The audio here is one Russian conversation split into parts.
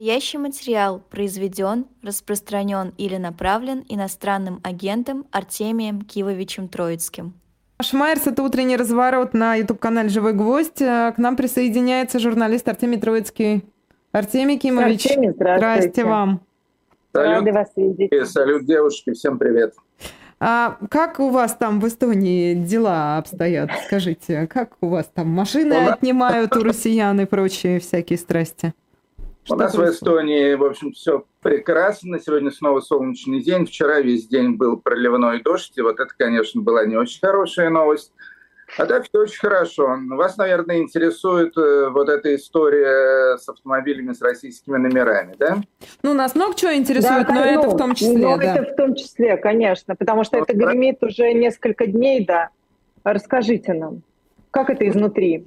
Настоящий материал произведен, распространен или направлен иностранным агентом Артемием Кивовичем Троицким. Шмайерс, это «Утренний разворот» на YouTube-канале «Живой гвоздь». К нам присоединяется журналист Артемий Троицкий. Артемий Кимович, Артемий, здрасте вам. Рады вас видеть. Салют, девушки, всем привет. Как у вас там в Эстонии дела обстоят? Скажите, как у вас там машины отнимают у россиян и прочие всякие страсти? У нас в Эстонии, в общем, все прекрасно. Сегодня снова солнечный день. Вчера весь день был проливной дождь. И вот это, конечно, была не очень хорошая новость. А так все очень хорошо. Вас, наверное, интересует вот эта история с автомобилями с российскими номерами, да? Ну, нас много чего интересует, да, но это в том числе, да. Это в том числе, конечно, потому что это гремит уже несколько дней, да. Расскажите нам, как это изнутри?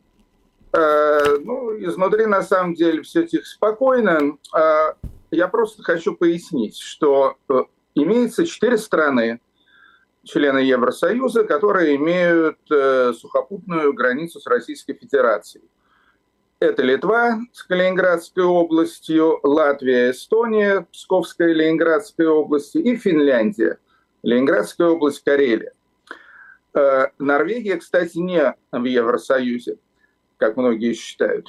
Изнутри, на самом деле, все тихо спокойно. Я просто хочу пояснить, что имеется 4 страны, члены Евросоюза, которые имеют сухопутную границу с Российской Федерацией. Это Литва с Калининградской областью, Латвия, Эстония, Псковская и Ленинградская области и Финляндия, Ленинградская область, Карелия. Норвегия, кстати, не в Евросоюзе, как многие считают.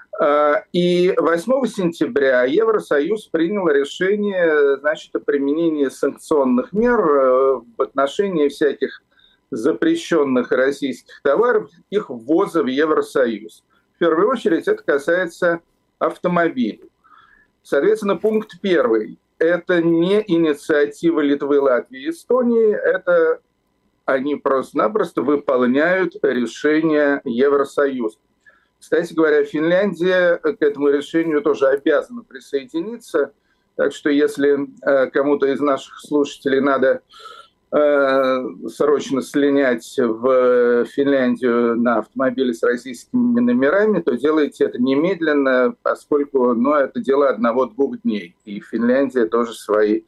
И 8 сентября Евросоюз принял решение, значит, о применении санкционных мер в отношении всяких запрещенных российских товаров, их ввоза в Евросоюз. В первую очередь это касается автомобилей. Соответственно, пункт 1. Это не инициатива Литвы, Латвии и Эстонии, это они просто-напросто выполняют решение Евросоюза. Кстати говоря, Финляндия к этому решению тоже обязана присоединиться. Так что если кому-то из наших слушателей надо срочно слинять в Финляндию на автомобиле с российскими номерами, то делайте это немедленно, поскольку это дело 1-2 дней. И Финляндия тоже свои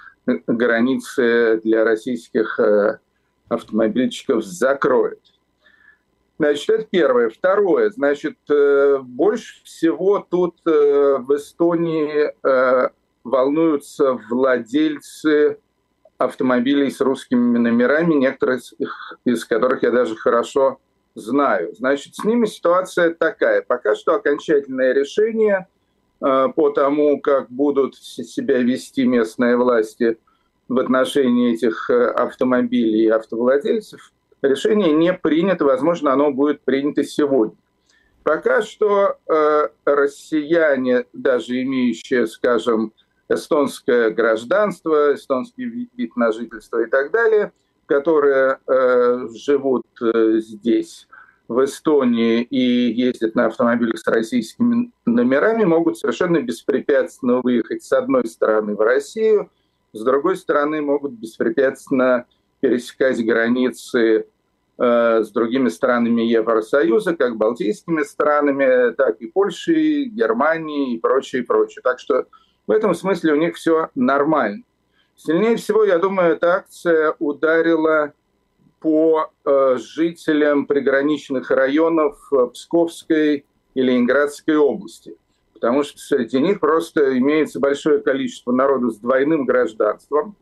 границы для российских автомобильщиков закроет. Значит, это первое. Второе, значит, больше всего тут в Эстонии волнуются владельцы автомобилей с русскими номерами, некоторые из которых я даже хорошо знаю. Значит, с ними ситуация такая. Пока что окончательное решение по тому, как будут себя вести местные власти в отношении этих автомобилей и автовладельцев, решение не принято, возможно, оно будет принято сегодня. Пока что россияне, даже имеющие, скажем, эстонское гражданство, эстонский вид на жительство и так далее, которые живут здесь, в Эстонии, и ездят на автомобилях с российскими номерами, могут совершенно беспрепятственно выехать с одной стороны в Россию, с другой стороны могут беспрепятственно пересекать границы с другими странами Евросоюза, как балтийскими странами, так и Польшей, Германией и прочее, прочее. Так что в этом смысле у них все нормально. Сильнее всего, я думаю, эта акция ударила по жителям приграничных районов Псковской и Ленинградской области, потому что среди них просто имеется большое количество народу с двойным гражданством,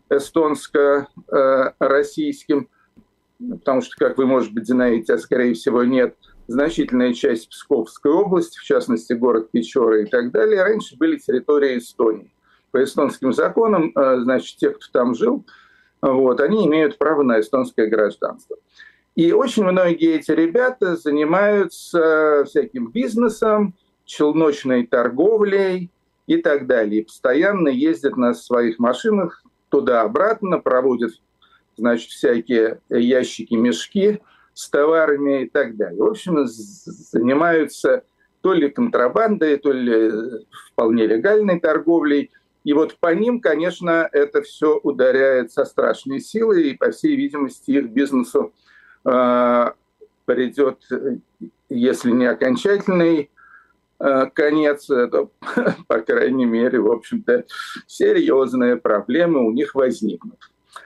эстонско-российским, потому что, как вы, может быть, знаете, а скорее всего нет, значительная часть Псковской области, в частности, город Печора и так далее, раньше были территории Эстонии. По эстонским законам, значит, те, кто там жил, они имеют право на эстонское гражданство. И очень многие эти ребята занимаются всяким бизнесом, челночной торговлей и так далее. И постоянно ездят на своих машинах туда-обратно, проводят, значит, всякие ящики, мешки с товарами и так далее. В общем, занимаются то ли контрабандой, то ли вполне легальной торговлей. И вот по ним, конечно, это все ударяет со страшной силой, и, по всей видимости, их бизнесу придет, если не окончательный конец, то, по крайней мере, в общем-то, серьезные проблемы у них возникнут.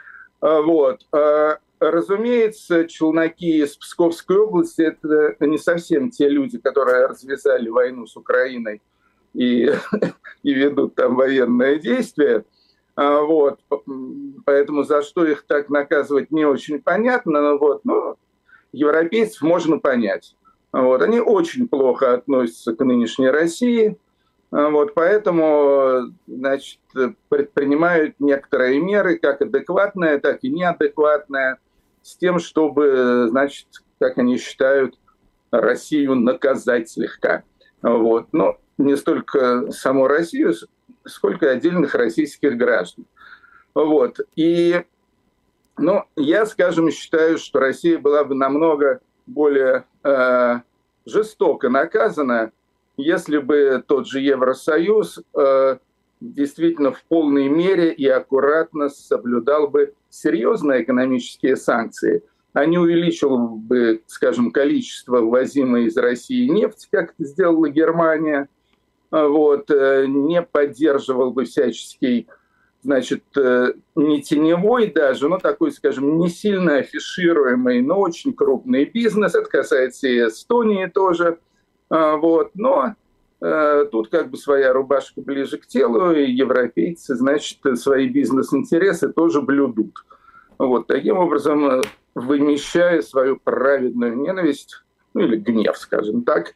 Разумеется, челноки из Псковской области – это не совсем те люди, которые развязали войну с Украиной и, и ведут там военные действия. Вот. Поэтому за что их так наказывать не очень понятно, но европейцев можно понять. Вот. Они очень плохо относятся к нынешней России, вот. Поэтому, значит, предпринимают некоторые меры, как адекватные, так и неадекватные, с тем, чтобы, значит, как они считают, Россию наказать слегка. Вот. Но не столько саму Россию, сколько отдельных российских граждан. Вот. И, я, скажем, считаю, что Россия была бы намного более жестоко наказана, если бы тот же Евросоюз действительно в полной мере и аккуратно соблюдал бы серьезные экономические санкции, а не увеличил бы, скажем, количество ввозимой из России нефти, как это сделала Германия, вот, не поддерживал бы всяческий, значит, не теневой даже, но такой, скажем, не сильно афишируемый, но очень крупный бизнес. Это касается и Эстонии тоже. Вот. Но тут как бы своя рубашка ближе к телу, и европейцы, значит, свои бизнес-интересы тоже блюдут. Вот. Таким образом, вымещая свою праведную ненависть, или гнев, скажем так,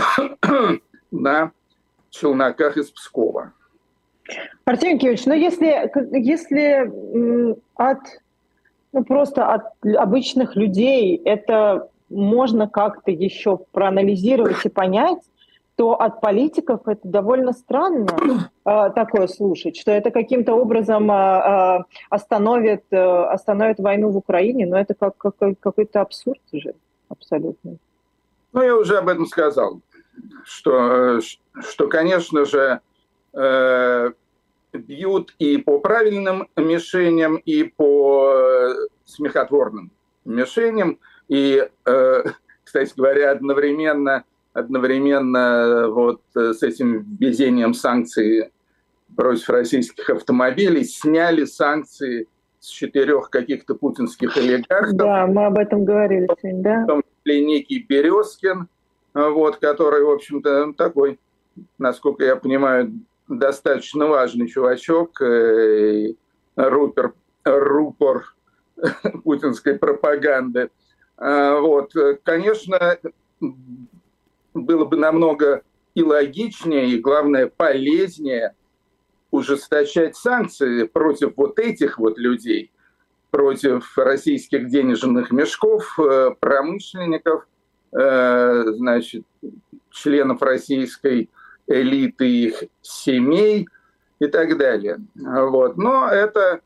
на челноках из Пскова. Артемий Евгеньевич, если просто от обычных людей это можно как-то еще проанализировать и понять, то от политиков это довольно странно такое слушать, что это каким-то образом остановит войну в Украине, но это какой-то абсурд уже абсолютно. Я уже об этом сказал, что конечно же, бьют и по правильным мишеням, и по смехотворным мишеням. И, кстати говоря, одновременно вот с этим введением санкций против российских автомобилей сняли санкции с 4 каких-то путинских олигархов. Да, мы об этом говорили сегодня, да. В том числе некий Березкин, вот, который, в общем-то, такой, насколько я понимаю, достаточно важный чувачок, рупор путинской пропаганды. Вот. Конечно, было бы намного и логичнее, и, главное, полезнее ужесточать санкции против вот этих вот людей, против российских денежных мешков, промышленников, значит, членов российской элиты, их семей и так далее. Вот. Но это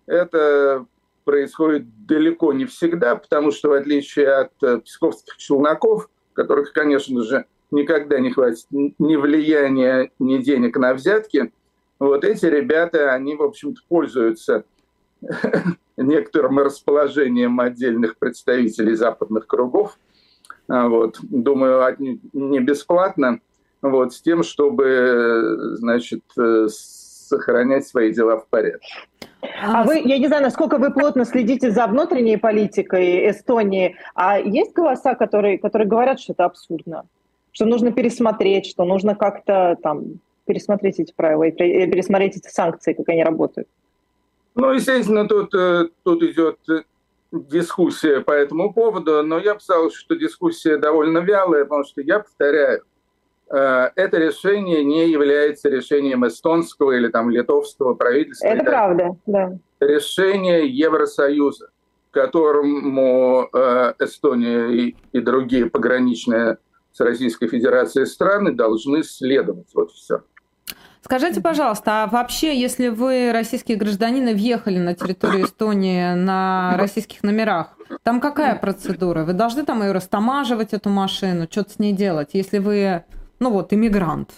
происходит далеко не всегда, потому что в отличие от псковских челноков, которых, конечно же, никогда не хватит ни влияния, ни денег на взятки, вот эти ребята, они, в общем-то, пользуются некоторым расположением отдельных представителей западных кругов. Вот. Думаю, не бесплатно, вот, с тем, чтобы, значит, сохранять свои дела в порядке. А вы, я не знаю, насколько вы плотно следите за внутренней политикой Эстонии, а есть голоса, которые говорят, что это абсурдно, что нужно пересмотреть, что нужно как-то там пересмотреть эти правила и пересмотреть эти санкции, как они работают? Естественно, тут идет дискуссия по этому поводу, но я бы сказал, что дискуссия довольно вялая, потому что, я повторяю, это решение не является решением эстонского или там литовского правительства. Это правда, да. Решение Евросоюза, которому Эстония и другие пограничные с Российской Федерацией страны должны следовать. Вот все. Скажите, пожалуйста, а вообще, если вы, российские гражданины, въехали на территорию Эстонии на российских номерах, там какая процедура? Вы должны там ее растамаживать, эту машину, что-то с ней делать, если вы, иммигрант?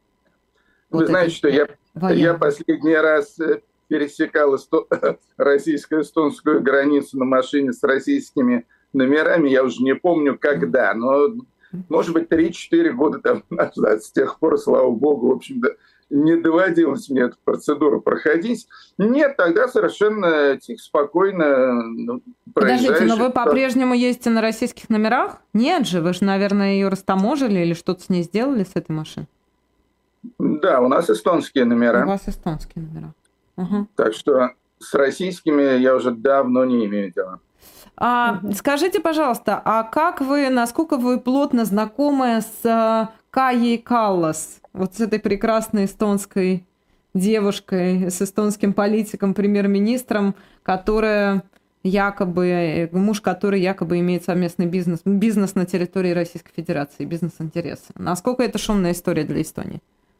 Вы знаете, что я последний раз пересекал российско-эстонскую границу на машине с российскими номерами, я уже не помню когда, но, может быть, 3-4 года там назад. С тех пор, слава богу, в общем-то, не доводилось мне эту процедуру проходить. Нет, тогда совершенно тихо, спокойно проезжаешь. Подождите, но вы по-прежнему ездите на российских номерах? Нет же, вы же, наверное, ее растаможили или что-то с ней сделали, с этой машиной? Да, у нас эстонские У номера. вас эстонские номера. Угу. Так что с российскими я уже давно не имею дела. Скажите, пожалуйста, а насколько вы плотно знакомы с Каей Каллас, вот с этой прекрасной эстонской девушкой, с эстонским политиком, премьер-министром, муж которой якобы имеет совместный бизнес на территории Российской Федерации, бизнес-интересы? Насколько это шумная история для Эстонии?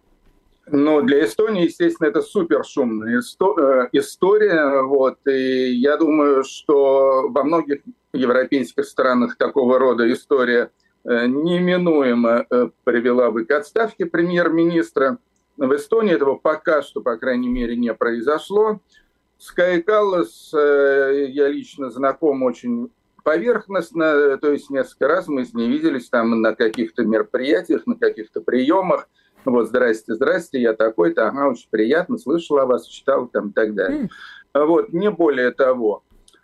Ну, для Эстонии, естественно, это супер шумная история. Вот, и я думаю, что во многих европейских странах такого рода история неминуемо привела бы к отставке премьер-министра. В Эстонии этого пока что, по крайней мере, не произошло. С Каей Каллас я лично знаком очень поверхностно, то есть несколько раз мы с ней виделись там на каких-то мероприятиях, на каких-то приемах. Вот, здрасте, я такой-то, ага, очень приятно, слышал о вас, читал там и так далее. Вот, не более того.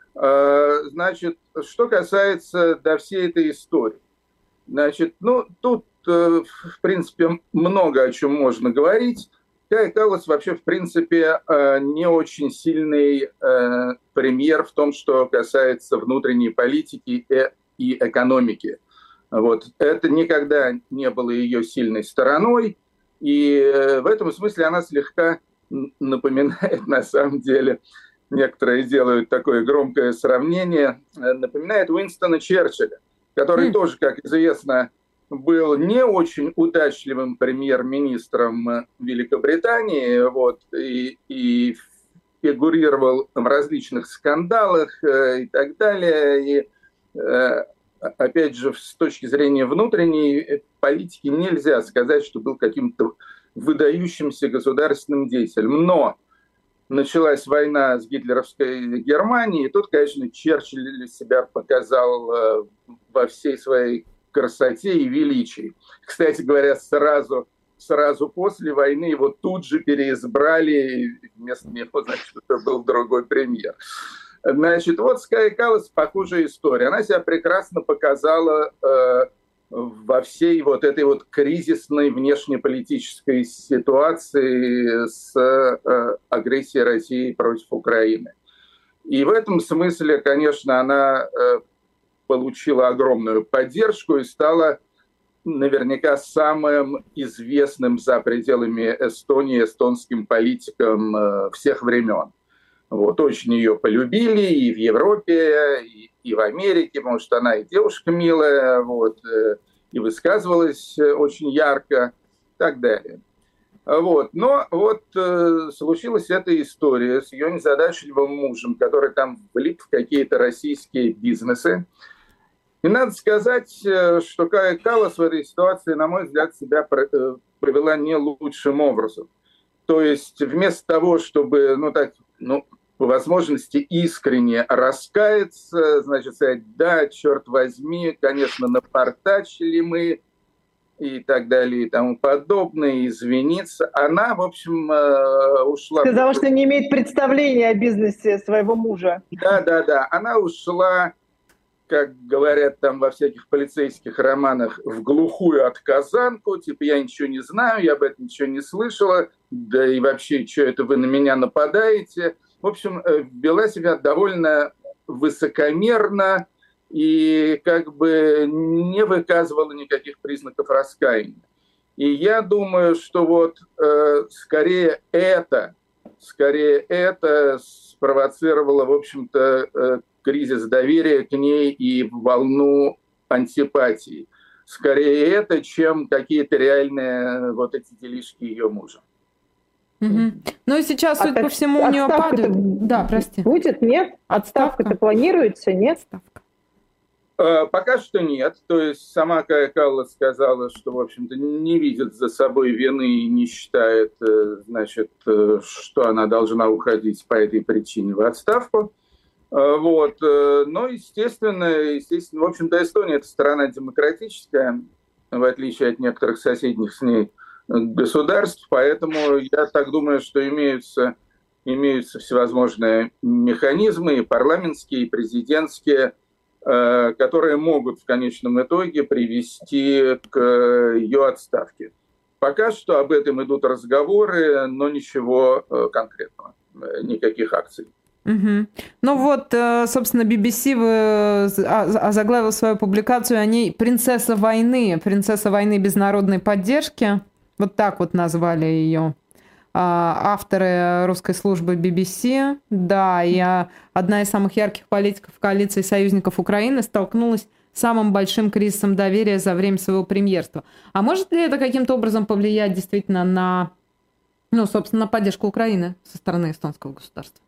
Значит, что касается всей этой истории. Значит, ну, тут, в принципе, много о чем можно говорить. Кая Каллас вообще, в принципе, не очень сильный премьер в том, что касается внутренней политики и экономики. Вот. Это никогда не было ее сильной стороной. И в этом смысле она слегка напоминает, на самом деле, некоторые делают такое громкое сравнение, напоминает Уинстона Черчилля, который тоже, как известно, был не очень удачливым премьер-министром Великобритании, вот, и фигурировал в различных скандалах и так далее. И опять же, с точки зрения внутренней политики нельзя сказать, что был каким-то выдающимся государственным деятелем. Но началась война с гитлеровской Германией, и тут, конечно, Черчилль себя показал во всей своей красоте и величии. Кстати говоря, сразу после войны его тут же переизбрали, и вместо него, значит, это был другой премьер. Значит, вот с Каей Каллас похожая история. Она себя прекрасно показала во всей вот этой вот кризисной внешнеполитической ситуации с агрессией России против Украины. И в этом смысле, конечно, она получила огромную поддержку и стала наверняка самым известным за пределами Эстонии эстонским политиком всех времен. Вот, очень ее полюбили и в Европе, и в Америке, потому что она и девушка милая, вот, и высказывалась очень ярко и так далее. Вот. Но вот случилась эта история с ее незадачливым мужем, который там влип в какие-то российские бизнесы. И надо сказать, что Кая Каллас в этой ситуации, на мой взгляд, себя повела не лучшим образом. То есть вместо того, чтобы, по возможности искренне раскаяться, значит, сказать, да, черт возьми, конечно, напортачили мы и так далее и тому подобное, извиниться. Она, в общем, ушла... Сказала, что не имеет представления о бизнесе своего мужа. Да. Она ушла, как говорят там во всяких полицейских романах, в глухую отказанку, типа я ничего не знаю, я об этом ничего не слышала, да и вообще, что это вы на меня нападаете. В общем, вела себя довольно высокомерно и как бы не выказывала никаких признаков раскаяния. И я думаю, что вот скорее это спровоцировало, в общем-то, кризис доверия к ней и волну антипатии. Скорее это, чем какие-то реальные вот эти делишки ее мужа. Угу. Ну и сейчас, судя по всему, у нее падает. Да, прости. Будет, нет? Отставка-то планируется, нет? Пока что нет. То есть сама Кая Каллас сказала, что, в общем-то, не видит за собой вины и не считает, значит, что она должна уходить по этой причине в отставку. Вот. Но, естественно, в общем-то, Эстония – это страна демократическая, в отличие от некоторых соседних с ней государств, поэтому я так думаю, что имеются всевозможные механизмы, и парламентские, и президентские, которые могут в конечном итоге привести к ее отставке. Пока что об этом идут разговоры, но ничего конкретного, никаких акций. Угу. Ну вот, собственно, BBC озаглавил свою публикацию о ней «Принцесса войны без народной поддержки». Вот так вот назвали ее авторы русской службы BBC. Да, и одна из самых ярких политиков коалиции союзников Украины столкнулась с самым большим кризисом доверия за время своего премьерства. А может ли это каким-то образом повлиять действительно на, собственно, на поддержку Украины со стороны эстонского государства?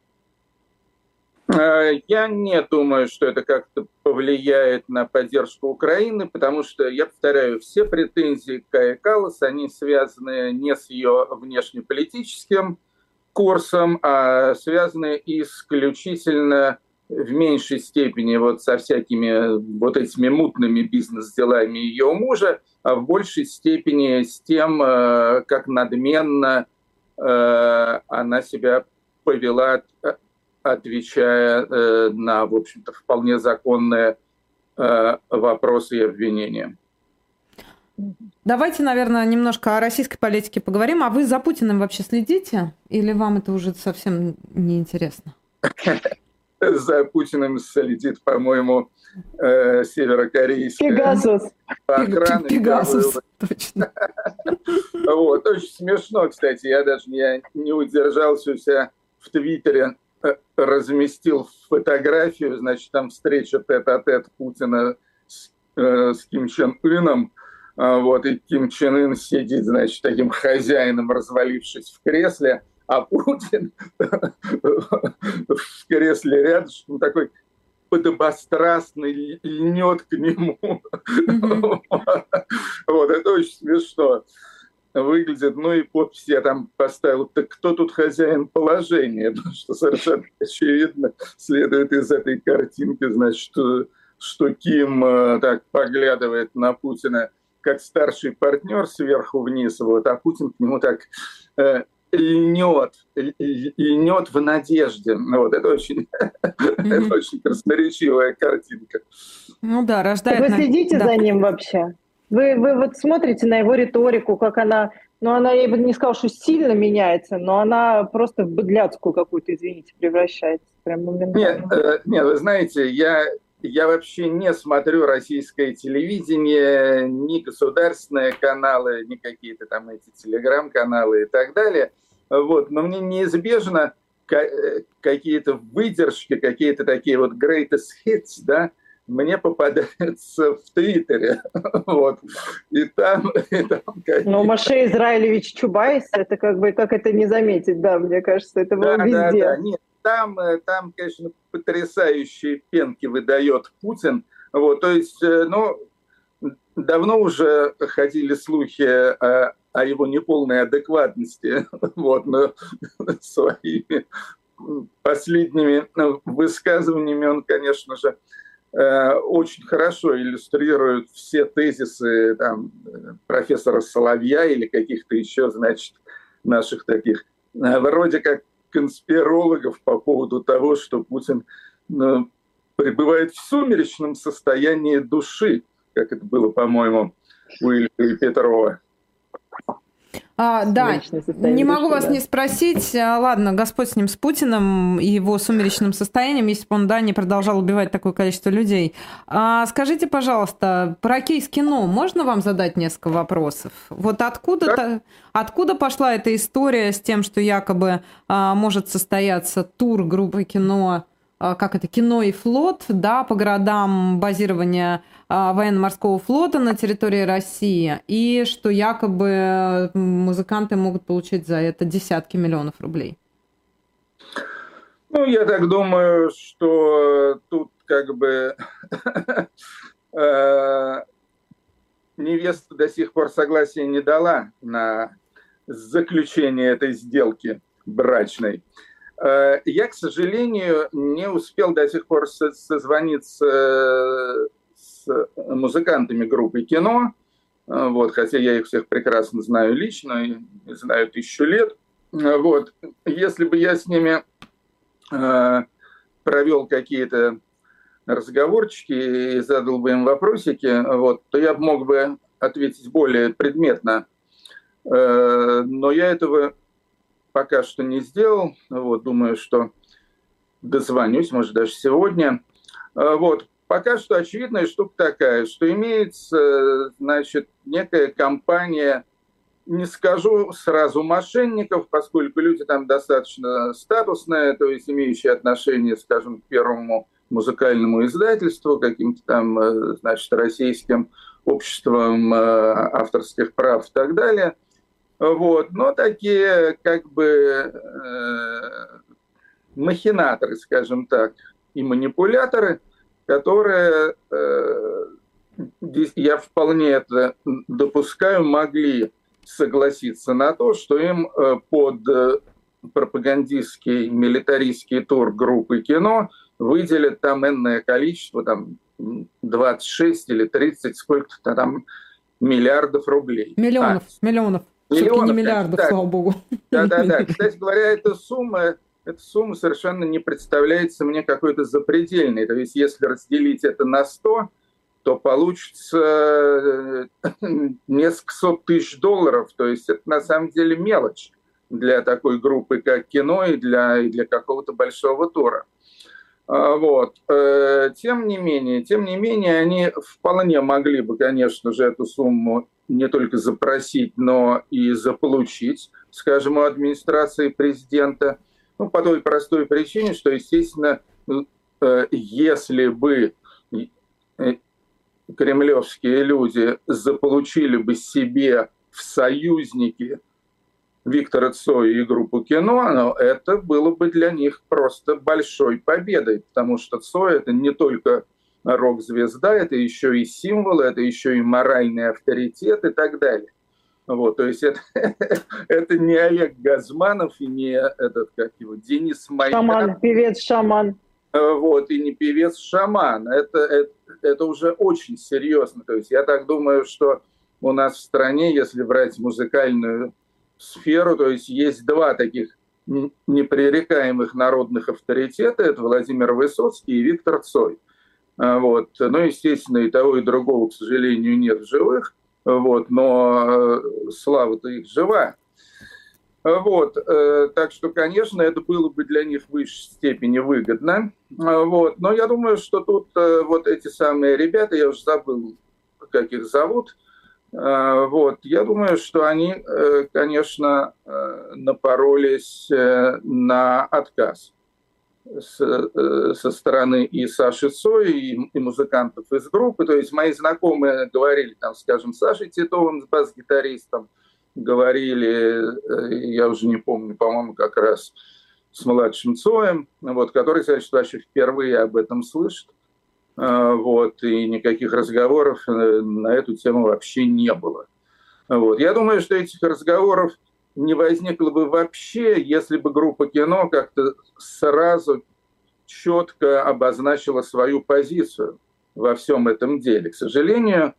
Я не думаю, что это как-то повлияет на поддержку Украины, потому что, я повторяю, все претензии к Кае Каллас, они связаны не с ее внешнеполитическим курсом, а связаны исключительно в меньшей степени вот со всякими вот этими мутными бизнес-делами ее мужа, а в большей степени с тем, как надменно она себя повела, отвечая на, в общем-то, вполне законные вопросы и обвинения. Давайте, наверное, немножко о российской политике поговорим. А вы за Путиным вообще следите? Или вам это уже совсем неинтересно? За Путиным следит, по-моему, северокорейская охрана. Пегасус, точно. Вот, очень смешно, кстати. Я даже не удержался у себя в Твиттере, разместил фотографию, значит, там встреча тет-а-тет Путина с Ким Чен Ыном, вот, и Ким Чен Ын сидит, значит, таким хозяином, развалившись в кресле, а Путин в кресле рядышком такой подобострастный, льнет к нему. Вот, это очень смешно выглядит. Ну и подпись я там поставил: так кто тут хозяин положения? Потому что совершенно очевидно следует из этой картинки, значит, что Ким так поглядывает на Путина как старший партнер сверху вниз, вот, а Путин к нему так льнет в надежде. Вот, это очень красноречивая картинка. Ну да, рождает... Так вы следите за ним вообще? Вы вот смотрите на его риторику, как она, она, я бы не сказала, что сильно меняется, но она просто в быдляцкую какую-то, извините, превращается прям моментально. Нет, вы знаете, я вообще не смотрю российское телевидение, ни государственные каналы, ни какие-то там эти телеграм-каналы и так далее. Вот, но мне неизбежно какие-то выдержки, какие-то такие вот greatest hits, да, мне попадаются в Твиттере. Вот. И там но Моше Израилевич Чубайс, это как это не заметить, да, мне кажется, это было везде. Да. Нет, там, конечно, потрясающие пенки выдает Путин. Вот, то есть, давно уже ходили слухи о его неполной адекватности, вот, но своими последними высказываниями он, конечно же, очень хорошо иллюстрирует все тезисы там, профессора Соловья или каких-то еще, значит, наших таких, вроде как конспирологов по поводу того, что Путин пребывает в сумеречном состоянии души, как это было, по-моему, у Ильи Петрова. Да, не могу вас не спросить. Ладно, Господь с ним, с Путиным и его сумеречным состоянием, если бы он, не продолжал убивать такое количество людей. Скажите, пожалуйста, про кейс кино можно вам задать несколько вопросов? Вот откуда пошла эта история с тем, что якобы может состояться тур группы кино, «Кино и флот», да, по городам базирования военно-морского флота на территории России, и что якобы музыканты могут получить за это десятки миллионов рублей? Я так думаю, что тут невеста до сих пор согласия не дала на заключение этой сделки брачной. Я, к сожалению, не успел до сих пор созвониться с музыкантами группы «Кино», вот, хотя я их всех прекрасно знаю лично и знаю 1000 лет. Вот. Если бы я с ними провел какие-то разговорчики и задал бы им вопросики, вот, то я мог бы ответить более предметно Но я этого пока что не сделал. Вот, думаю, что дозвонюсь, может, даже сегодня. Вот. Пока что очевидная штука такая, что имеется, значит, некая компания, не скажу сразу мошенников, поскольку люди там достаточно статусные, то есть имеющие отношение, скажем, к первому музыкальному издательству, каким-то там, значит, российским обществом авторских прав и так далее. Вот. Но такие как бы махинаторы, скажем так, и манипуляторы, которые, я вполне это допускаю, могли согласиться на то, что им под пропагандистский, милитаристский тур группы кино выделят там энное количество, там 26 или 30, сколько-то там миллиардов рублей. Миллионов. Все-таки не миллиардов, так, слава богу. Да. Кстати говоря, эта сумма совершенно не представляется мне какой-то запредельной. То есть если разделить это на 100, то получится несколько сот тысяч долларов. То есть это на самом деле мелочь для такой группы, как кино, и для какого-то большого тура. Вот. Тем не менее, они вполне могли бы, конечно же, эту сумму не только запросить, но и заполучить, скажем, у администрации президента. Ну, по той простой причине, что, естественно, если бы кремлевские люди заполучили бы себе в союзники Виктора Цоя и группу кино, но это было бы для них просто большой победой, потому что Цой — это не только рок-звезда, это еще и символ, это еще и моральный авторитет и так далее. Вот, то есть это не Олег Газманов и не Денис Майдан. Шаман, певец-шаман. Вот, и не певец-шаман. Это уже очень серьезно. То есть я так думаю, что у нас в стране, если брать музыкальную сферу, то есть два таких непререкаемых народных авторитета. Это Владимир Высоцкий и Виктор Цой. Вот. Ну, естественно, и того, и другого, к сожалению, нет в живых. Вот, но слава-то их жива. Вот, так что, конечно, это было бы для них в высшей степени выгодно. Вот, но я думаю, что тут вот эти самые ребята, я уже забыл, как их зовут, вот, я думаю, что они, конечно, напоролись на отказ со стороны и Саши Цоя, и музыкантов из группы. То есть мои знакомые говорили, там, скажем, с Сашей Титовым, с бас-гитаристом, говорили, я уже не помню, по-моему, как раз с младшим Цоем, вот, который, кстати, что вообще впервые об этом слышит. Вот, и никаких разговоров на эту тему вообще не было. Вот. Я думаю, что этих разговоров не возникло бы вообще, если бы группа кино как-то сразу четко обозначила свою позицию во всем этом деле. К сожалению,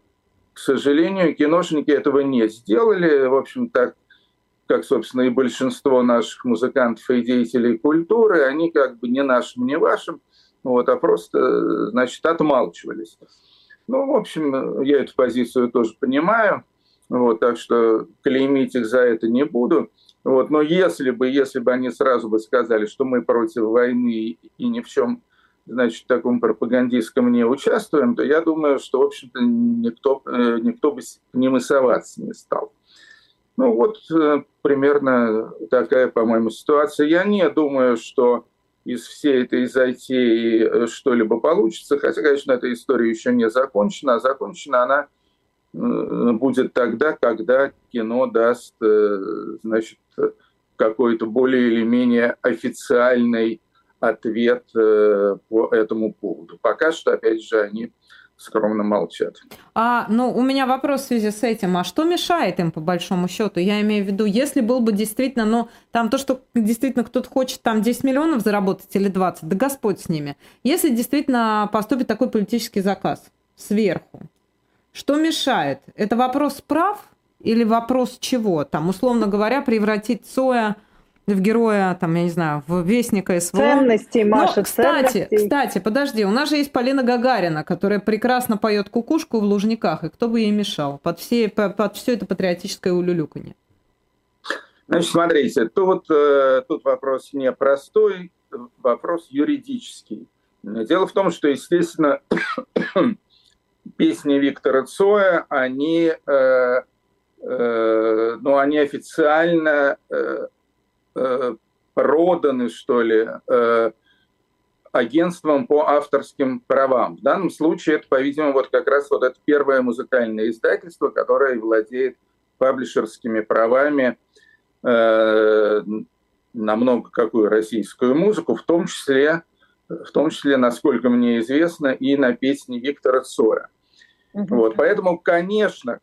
киношники этого не сделали. В общем, так как, собственно, и большинство наших музыкантов и деятелей культуры, они как бы не нашим, не вашим, вот, а просто, значит, отмалчивались. Ну, в общем, я эту позицию тоже понимаю. Вот, так что клеймить их за это не буду. Вот, но если бы они сразу бы сказали, что мы против войны и ни в чем, значит, в таком пропагандистском не участвуем, то я думаю, что, в общем-то, никто бы к ним и соваться не стал. Ну вот примерно такая, по-моему, ситуация. Я не думаю, что из всей этой затеи что-либо получится, хотя, конечно, эта история еще не закончена, а закончена она будет тогда, когда кино даст, значит, какой-то более или менее официальный ответ по этому поводу. Пока что, опять же, они скромно молчат. Ну, у меня вопрос в связи с этим. А что мешает им, по большому счету? Я имею в виду, если был бы действительно, там то, что действительно кто-то хочет там 10 миллионов заработать или 20, да Господь с ними. Если действительно поступит такой политический заказ сверху, что мешает? Это вопрос прав или вопрос чего? Там, условно говоря, превратить Цоя в героя, там, я не знаю, в вестника СВО. Ценностей, Маша, ценностей. Кстати, подожди, у нас же есть Полина Гагарина, которая прекрасно поет кукушку в Лужниках, и кто бы ей мешал под все это патриотическое улюлюканье. Значит, смотрите, тут вопрос не простой, вопрос юридический. Дело в том, что, естественно, песни Виктора Цоя, они официально проданы, что ли, агентством по авторским правам. В данном случае это, по-видимому, вот как раз вот это первое музыкальное издательство, которое владеет паблишерскими правами на много какую российскую музыку, в том числе, насколько мне известно, и на песни Виктора Цоя. Вот, поэтому, конечно,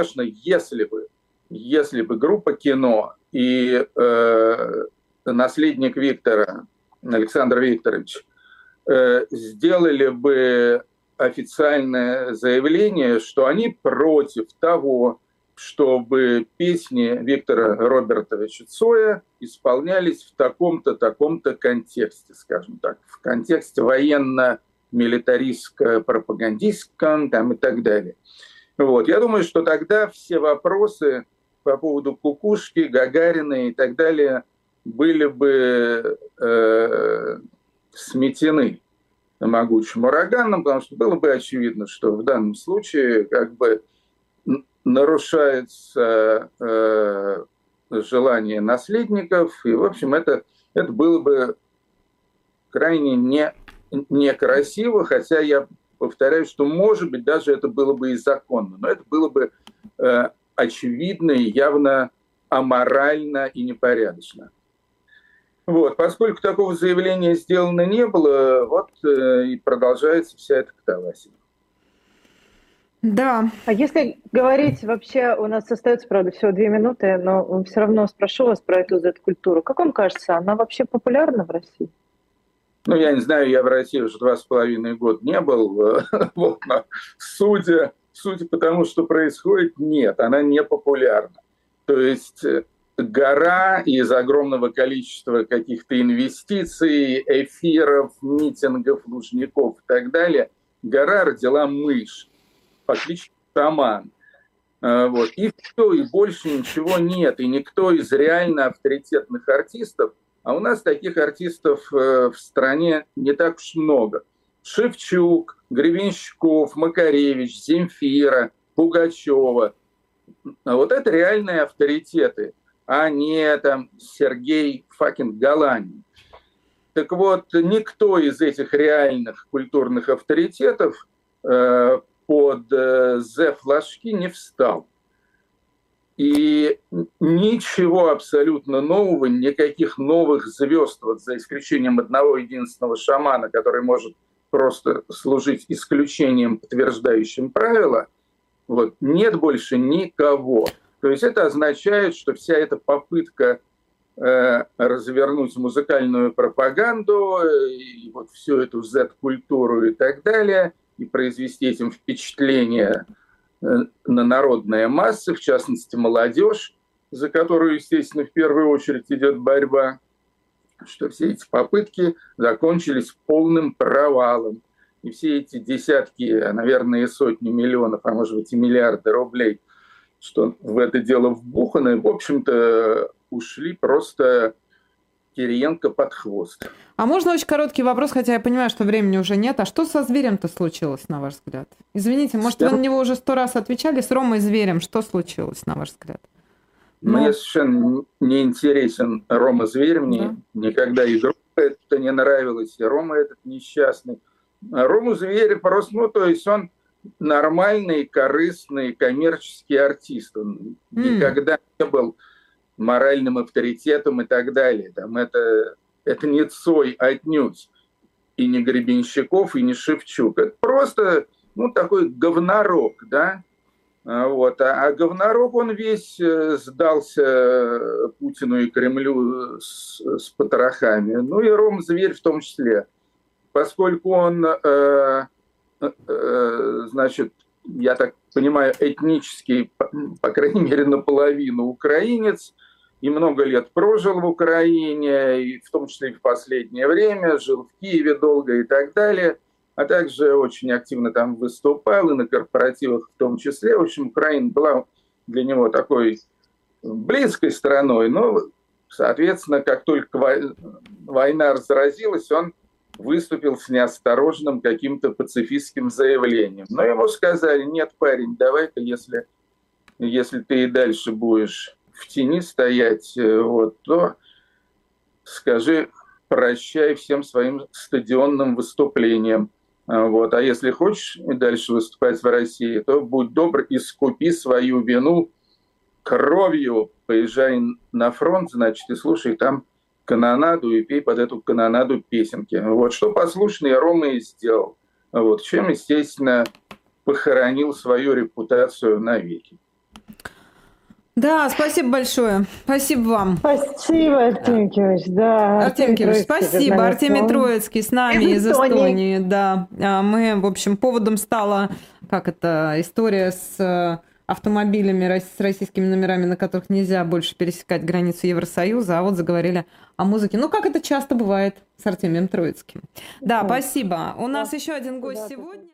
если бы группа «Кино» и наследник Виктора, Александр Викторович, сделали бы официальное заявление, что они против того, чтобы песни Виктора Робертовича Цоя исполнялись в таком-то контексте, скажем так, в контексте военно-милитаристско-пропагандистском там, и так далее. Вот. Я думаю, что тогда все вопросы по поводу Кукушки, Гагарина и так далее были бы сметены могучим ураганом, потому что было бы очевидно, что в данном случае как бы нарушается желание наследников, и, в общем, это было бы крайне некрасиво, хотя я повторяю, что, может быть, даже это было бы и законно, но это было бы очевидно и явно аморально и непорядочно. Вот, поскольку такого заявления сделано не было, вот и продолжается вся эта катавасия. Да. А если говорить вообще, у нас остается, правда, всего 2 минуты, но все равно спрошу вас про эту Z-культуру. Как вам кажется, она вообще популярна в России? Ну, я не знаю, я в России уже 2,5 года не был. Вот, но судя по тому, что происходит, нет, она не популярна. То есть гора из огромного количества каких-то инвестиций, эфиров, митингов, лужников и так далее, гора родила мышь по кличке Шаман. Вот. И все, и больше ничего нет. И никто из реально авторитетных артистов, а у нас таких артистов в стране не так уж много. Шевчук, Гребенщиков, Макаревич, Земфира, Пугачева. Вот это реальные авторитеты, а не там Сергей факинг Галанин. Так вот, никто из этих реальных культурных авторитетов под «Зе-флажки» не встал. И ничего абсолютно нового, никаких новых звезд, вот за исключением одного единственного шамана, который может просто служить исключением, подтверждающим правила, вот, нет больше никого. То есть это означает, что вся эта попытка развернуть музыкальную пропаганду, и вот всю эту Z-культуру и так далее, и произвести этим впечатление на народные массы, в частности молодежь, за которую, естественно, в первую очередь идет борьба, что все эти попытки закончились полным провалом. И все эти десятки, наверное, и сотни миллионов, а может быть и миллиарды рублей, что в это дело вбуханы, в общем-то, ушли просто Кириенко под хвост. А можно очень короткий вопрос, хотя я понимаю, что времени уже нет. А что со зверем-то случилось, на ваш взгляд? Извините, может, вы на него уже 100 раз отвечали. С Ромой Зверем что случилось, на ваш взгляд? Мне совершенно не интересен Рома Зверь. Мне никогда и группа это не нравилась, и Рома этот несчастный. А Рому Зверь просто, то есть он нормальный, корыстный, коммерческий артист. Он никогда не был моральным авторитетом и так далее. Там это не Цой отнюдь, и не Гребенщиков, и не Шевчук. Это просто такой говнорок, да? Вот. А говнорок, он весь сдался Путину и Кремлю с потрохами. Ну и Ром Зверь в том числе. Поскольку он, значит, я так понимаю, этнический, по крайней мере, наполовину украинец, и много лет прожил в Украине, и в том числе и в последнее время, жил в Киеве долго и так далее, а также очень активно там выступал, и на корпоративах в том числе. В общем, Украина была для него такой близкой страной, но, соответственно, как только война разразилась, он выступил с неосторожным каким-то пацифистским заявлением. Но ему сказали: нет, парень, давай-ка, если ты и дальше будешь в тени стоять, то скажи прощай всем своим стадионным выступлениям. А если хочешь и дальше выступать в России, то будь добр, искупи свою вину кровью, поезжай на фронт, значит, и слушай там канонаду и пей под эту канонаду песенки. Что послушный Рома и сделал. Чем, естественно, похоронил свою репутацию навеки. Да, спасибо большое. Спасибо вам. Спасибо, Артемий Георгиевич. Да, Артемий Георгиевич, спасибо. Артемий Троицкий с нами из Эстонии. Да. Мы, в общем, поводом стала история с автомобилями с российскими номерами, на которых нельзя больше пересекать границу Евросоюза, а заговорили о музыке. Как это часто бывает с Артемием Троицким. Да, спасибо. У нас еще один гость сегодня.